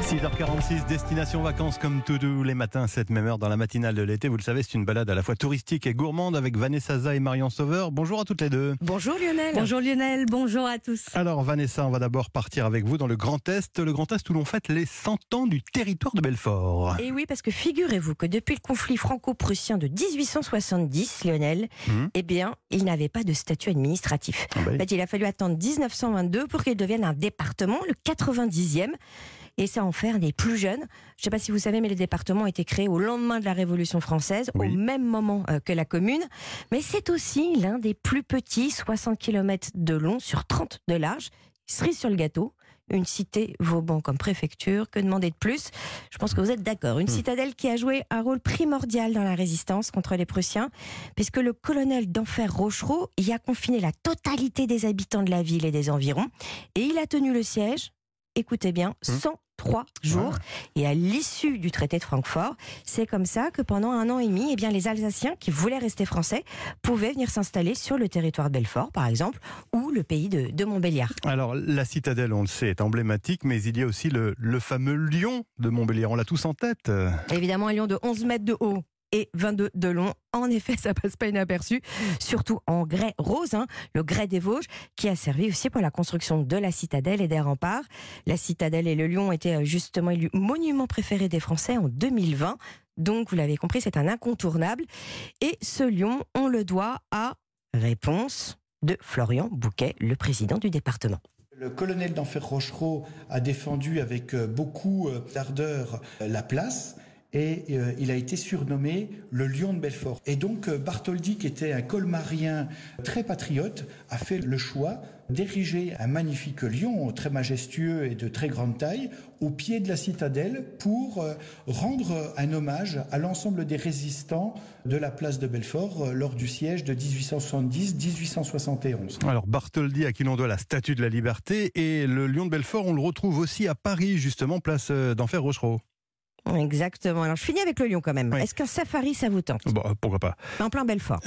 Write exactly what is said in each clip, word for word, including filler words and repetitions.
six heures quarante-six, destination vacances comme tous les matins, cette même heure dans la matinale de l'été. Vous le savez, c'est une balade à la fois touristique et gourmande avec Vanessa Zah et Marion Sauveur. Bonjour à toutes les deux. Bonjour Lionel. Bonjour Lionel, bonjour à tous. Alors Vanessa, on va d'abord partir avec vous dans le Grand Est, le Grand Est où l'on fête les cent ans du territoire de Belfort. Et oui, parce que figurez-vous que depuis le conflit franco-prussien de dix-huit cent soixante-dix, Lionel, mmh. eh bien, il n'avait pas de statut administratif. Ah bah oui. En fait, il a fallu attendre dix-neuf cent vingt-deux pour qu'il devienne un département, le quatre-vingt-dixième. Et ça en fait un des plus jeunes. Je ne sais pas si vous savez, mais le département a été créé au lendemain de la Révolution française, oui. au même moment euh, que la commune. Mais c'est aussi l'un des plus petits, soixante kilomètres de long sur trente de large. Cerise sur le gâteau. Une cité Vauban comme préfecture, que demander de plus? Je pense que vous êtes d'accord. Une mmh. citadelle qui a joué un rôle primordial dans la résistance contre les Prussiens, puisque le colonel d'Enfer Rochereau y a confiné la totalité des habitants de la ville et des environs. Et il a tenu le siège, écoutez bien, cent trois jours. Ouais. Et à l'issue du traité de Francfort, c'est comme ça que pendant un an et demi, eh bien, les Alsaciens qui voulaient rester français pouvaient venir s'installer sur le territoire de Belfort, par exemple, ou le pays de, de Montbéliard. Alors, la citadelle, on le sait, est emblématique, mais il y a aussi le, le fameux lion de Montbéliard. On l'a tous en tête. Évidemment, un lion de onze mètres de haut et vingt-deux de long. En effet, ça passe pas inaperçu, surtout en grès rose, hein, le grès des Vosges, qui a servi aussi pour la construction de la citadelle et des remparts. La citadelle et le lion étaient justement élus monument préféré des Français en deux mille vingt. Donc, vous l'avez compris, c'est un incontournable. Et ce lion, on le doit à réponse de Florian Bouquet, le président du département. Le colonel d'Enfer Rochereau a défendu avec beaucoup d'ardeur la place. Et euh, il a été surnommé le lion de Belfort. Et donc euh, Bartholdi, qui était un colmarien très patriote, a fait le choix d'ériger un magnifique lion très majestueux et de très grande taille au pied de la citadelle pour euh, rendre un hommage à l'ensemble des résistants de la place de Belfort euh, lors du siège de dix-huit cent soixante-dix à dix-huit cent soixante et onze. Alors Bartholdi, à qui l'on doit la statue de la liberté, et le lion de Belfort, on le retrouve aussi à Paris, justement, place d'Enfer Rochereau. Exactement. Alors je finis avec le lion quand même. Oui. Est-ce qu'un safari ça vous tente? Bon, pourquoi pas. En plein Belfort.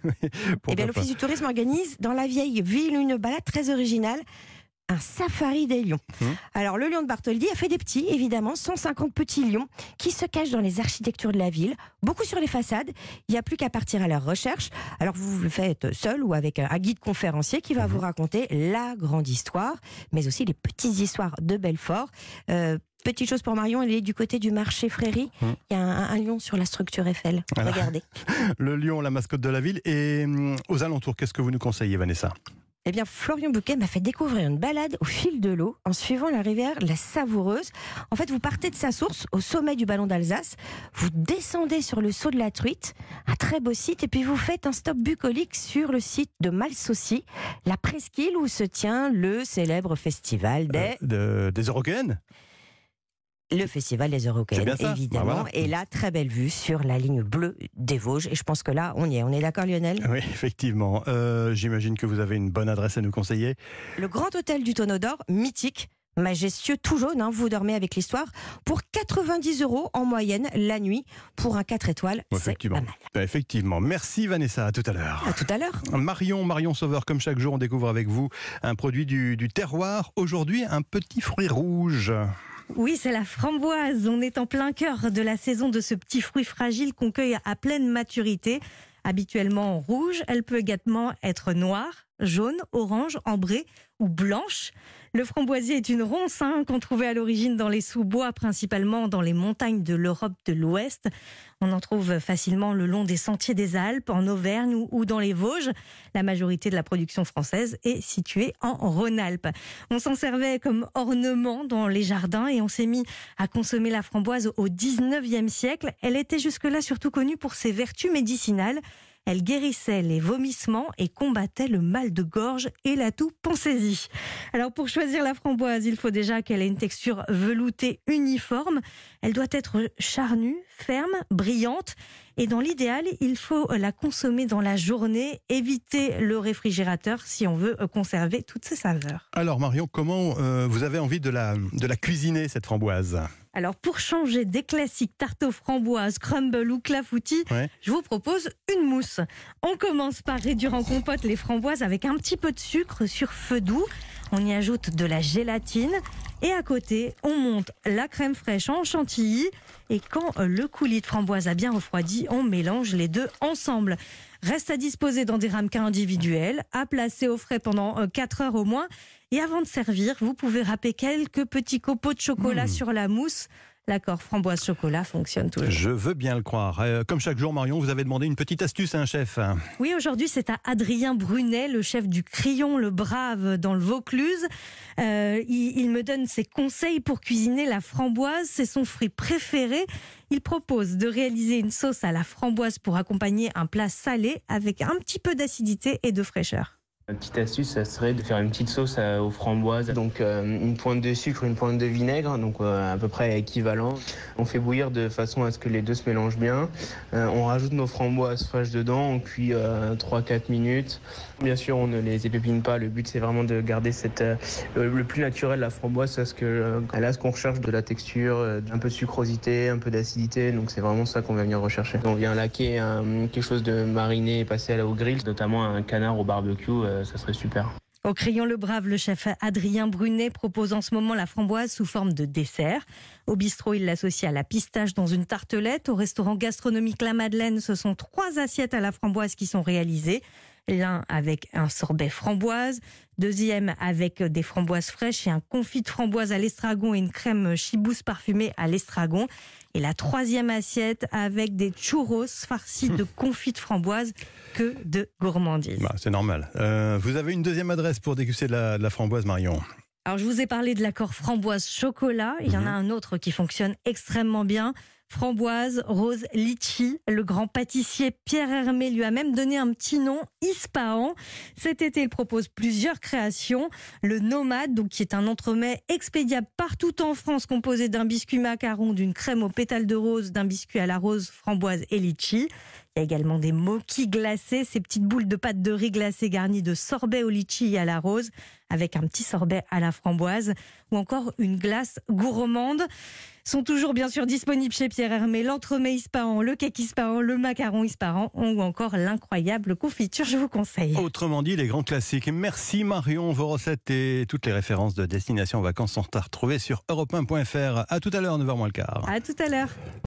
Eh bien, l'Office du tourisme organise dans la vieille ville une balade très originale. Un safari des lions. Mmh. Alors le lion de Bartholdi a fait des petits, évidemment, cent cinquante petits lions qui se cachent dans les architectures de la ville, beaucoup sur les façades. Il n'y a plus qu'à partir à leur recherche. Alors vous le faites seul ou avec un guide conférencier qui va mmh. vous raconter la grande histoire, mais aussi les petites histoires de Belfort. Euh, Petite chose pour Marion, elle est du côté du marché Fréry. Mmh. Il y a un, un lion sur la structure Eiffel. Voilà. Regardez. Le lion, la mascotte de la ville. Et euh, aux alentours, qu'est-ce que vous nous conseillez, Vanessa? Eh bien, Florian Bouquet m'a fait découvrir une balade au fil de l'eau en suivant la rivière la Savoureuse. En fait, vous partez de sa source, au sommet du Ballon d'Alsace, vous descendez sur le Saut de la Truite, un très beau site, et puis vous faites un stop bucolique sur le site de Malsaucy, la presqu'île où se tient le célèbre festival des... Euh, de, des Eurockéennes. Le festival des Eurockéennes, évidemment. Bah voilà. Et là, très belle vue sur la ligne bleue des Vosges. Et je pense que là, on y est. On est d'accord, Lionel? Oui, effectivement. Euh, J'imagine que vous avez une bonne adresse à nous conseiller. Le Grand Hôtel du Tonneau d'Or, mythique, majestueux, tout jaune, hein, vous dormez avec l'histoire, pour quatre-vingt-dix euros en moyenne la nuit. Pour un quatre étoiles, c'est pas mal. Effectivement. Merci Vanessa, à tout à l'heure. À tout à l'heure. Marion, Marion Sauveur, comme chaque jour, on découvre avec vous un produit du, du terroir. Aujourd'hui, un petit fruit rouge. Oui, c'est la framboise. On est en plein cœur de la saison de ce petit fruit fragile qu'on cueille à pleine maturité. Habituellement rouge, elle peut également être noire, jaune, orange, ambrée ou blanche. Le framboisier est une ronce hein, qu'on trouvait à l'origine dans les sous-bois, principalement dans les montagnes de l'Europe de l'Ouest. On en trouve facilement le long des sentiers des Alpes, en Auvergne ou, ou dans les Vosges. La majorité de la production française est située en Rhône-Alpes. On s'en servait comme ornement dans les jardins et on s'est mis à consommer la framboise au dix-neuvième siècle. Elle était jusque-là surtout connue pour ses vertus médicinales. Elle guérissait les vomissements et combattait le mal de gorge et la toux. Pensez-y. Alors pour choisir la framboise, il faut déjà qu'elle ait une texture veloutée uniforme. Elle doit être charnue, ferme, brillante. Et dans l'idéal, il faut la consommer dans la journée, éviter le réfrigérateur si on veut conserver toutes ses saveurs. Alors Marion, comment euh, vous avez envie de la, de la cuisiner, cette framboise ? Alors pour changer des classiques tarte aux framboises, crumble ou clafoutis, ouais. je vous propose une mousse. On commence par réduire en compote les framboises avec un petit peu de sucre sur feu doux. On y ajoute de la gélatine et à côté, on monte la crème fraîche en chantilly. Et quand le coulis de framboise a bien refroidi, on mélange les deux ensemble. Reste à disposer dans des ramequins individuels, à placer au frais pendant quatre heures au moins. Et avant de servir, vous pouvez râper quelques petits copeaux de chocolat mmh. sur la mousse. L'accord framboise-chocolat fonctionne toujours. Je veux bien le croire. Euh, comme chaque jour, Marion, vous avez demandé une petite astuce à un chef. Oui, aujourd'hui, c'est à Adrien Brunet, le chef du Crillon le Brave dans le Vaucluse. Euh, il, il me donne ses conseils pour cuisiner la framboise. C'est son fruit préféré. Il propose de réaliser une sauce à la framboise pour accompagner un plat salé avec un petit peu d'acidité et de fraîcheur. Une petite astuce, ça serait de faire une petite sauce aux framboises. Donc euh, une pointe de sucre, une pointe de vinaigre, donc euh, à peu près équivalent. On fait bouillir de façon à ce que les deux se mélangent bien. Euh, on rajoute nos framboises fraîches dedans, on cuit euh, trois à quatre minutes. Bien sûr, on ne les épépine pas. Le but, c'est vraiment de garder cette, euh, le, le plus naturel la framboise, parce que euh, elle a ce qu'on recherche, de la texture, euh, un peu de sucrosité, un peu d'acidité. Donc c'est vraiment ça qu'on va venir rechercher. On vient laquer un, quelque chose de mariné et passer au grill, notamment un canard au barbecue. Euh, ça serait super. Au Crillon le Brave, le chef Adrien Brunet propose en ce moment la framboise sous forme de dessert. Au bistrot, il l'associe à la pistache dans une tartelette. Au restaurant gastronomique La Madeleine, ce sont trois assiettes à la framboise qui sont réalisées. L'un avec un sorbet framboise, deuxième avec des framboises fraîches et un confit de framboise à l'estragon et une crème chibousse parfumée à l'estragon. Et la troisième assiette avec des churros farcis de confit de framboise, que de gourmandise. Bah, c'est normal. Euh, vous avez une deuxième adresse pour déguster de la, de la framboise, Marion? Alors, je vous ai parlé de l'accord framboise-chocolat. Il y en a un autre qui fonctionne extrêmement bien. Framboise, rose, litchi. Le grand pâtissier Pierre Hermé lui a même donné un petit nom, Ispahan. Cet été, il propose plusieurs créations. Le Nomade, donc, qui est un entremets expédiable partout en France, composé d'un biscuit macaron, d'une crème aux pétales de rose, d'un biscuit à la rose, framboise et litchi. Il y a également des moquis glacés, ces petites boules de pâte de riz glacée garnies de sorbet au litchi et à la rose, avec un petit sorbet à la framboise, ou encore une glace gourmande. Sont toujours bien sûr disponibles chez Pierre Hermé l'entremets Ispahan, le cake Ispahan, le macaron Ispahan, ou encore l'incroyable confiture, je vous conseille. Autrement dit, les grands classiques. Merci Marion, vos recettes et toutes les références de Destination Vacances sont à retrouver sur europe un point f r. À tout à l'heure, neuf heures moins le quart. À tout à l'heure.